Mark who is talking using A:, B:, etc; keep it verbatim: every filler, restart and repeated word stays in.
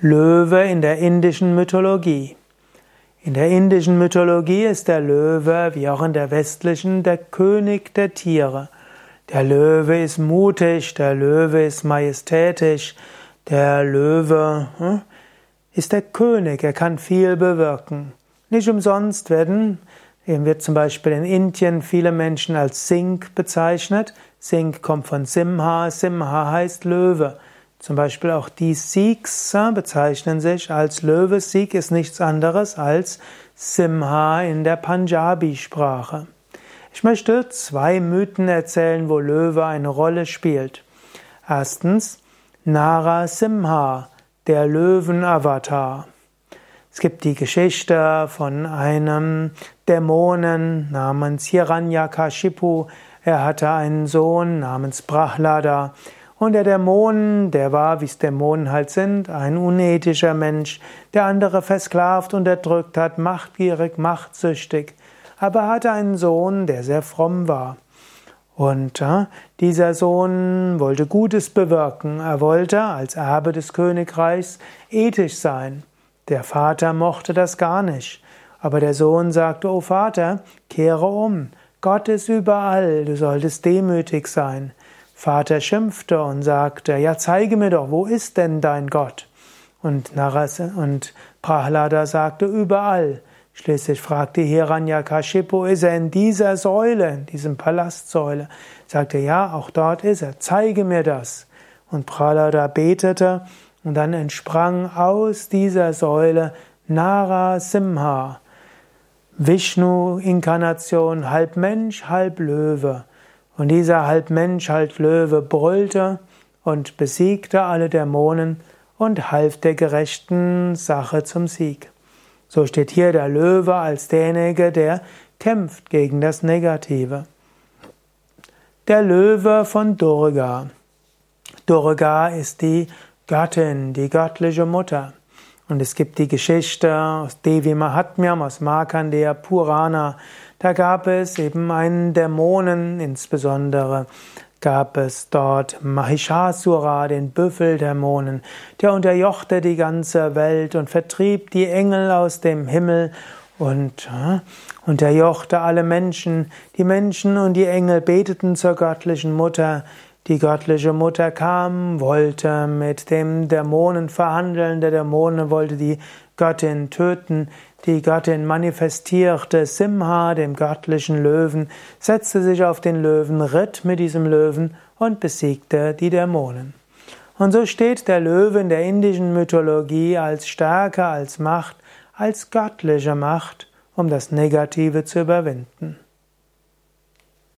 A: Löwe in der indischen Mythologie. In der indischen Mythologie ist der Löwe, wie auch in der westlichen, der König der Tiere. Der Löwe ist mutig, der Löwe ist majestätisch, der Löwe hm, ist der König, er kann viel bewirken. Nicht umsonst werden, wird zum Beispiel in Indien viele Menschen als Sikh bezeichnet. Sikh kommt von Simha, Simha heißt Löwe. Zum Beispiel auch die Sikhs bezeichnen sich als Löwe. Sikh ist nichts anderes als Simha in der Punjabi-Sprache. Ich möchte zwei Mythen erzählen, wo Löwe eine Rolle spielt. Erstens Narasimha, der Löwenavatar. Es gibt die Geschichte von einem Dämonen namens Hiranyakashipu. Er hatte einen Sohn namens Prahlada. Und der Dämon, der war, wie es Dämonen halt sind, ein unethischer Mensch, der andere versklavt, unterdrückt hat, machtgierig, machtsüchtig. Aber er hatte einen Sohn, der sehr fromm war. Und äh, dieser Sohn wollte Gutes bewirken. Er wollte als Erbe des Königreichs ethisch sein. Der Vater mochte das gar nicht. Aber der Sohn sagte, oh Vater, kehre um. Gott ist überall, du solltest demütig sein. Vater schimpfte und sagte, ja, zeige mir doch, wo ist denn dein Gott? Und Naras und Prahlada sagte, überall. Schließlich fragte Hiranyakashipu, ist er in dieser Säule, in diesem Palastsäule? Sagte, ja, auch dort ist er, zeige mir das. Und Prahlada betete und dann entsprang aus dieser Säule Narasimha, Vishnu-Inkarnation, halb Mensch, halb Löwe. Und dieser halb Mensch, halb Löwe brüllte und besiegte alle Dämonen und half der gerechten Sache zum Sieg. So steht hier der Löwe als derjenige, der kämpft gegen das Negative. Der Löwe von Durga. Durga ist die Göttin, die göttliche Mutter. Und es gibt die Geschichte aus Devi Mahatmyam, aus Markandeya Purana. Da gab es eben einen Dämonen, insbesondere gab es dort Mahishasura, den Büffeldämonen, der unterjochte die ganze Welt und vertrieb die Engel aus dem Himmel und äh, unterjochte alle Menschen. Die Menschen und die Engel beteten zur göttlichen Mutter. Die göttliche Mutter kam, wollte mit dem Dämonen verhandeln. Der Dämon wollte die Göttin töten. Die Göttin manifestierte Simha, dem göttlichen Löwen, setzte sich auf den Löwen, ritt mit diesem Löwen und besiegte die Dämonen. Und so steht der Löwe in der indischen Mythologie als Stärke, als Macht, als göttliche Macht, um das Negative zu überwinden.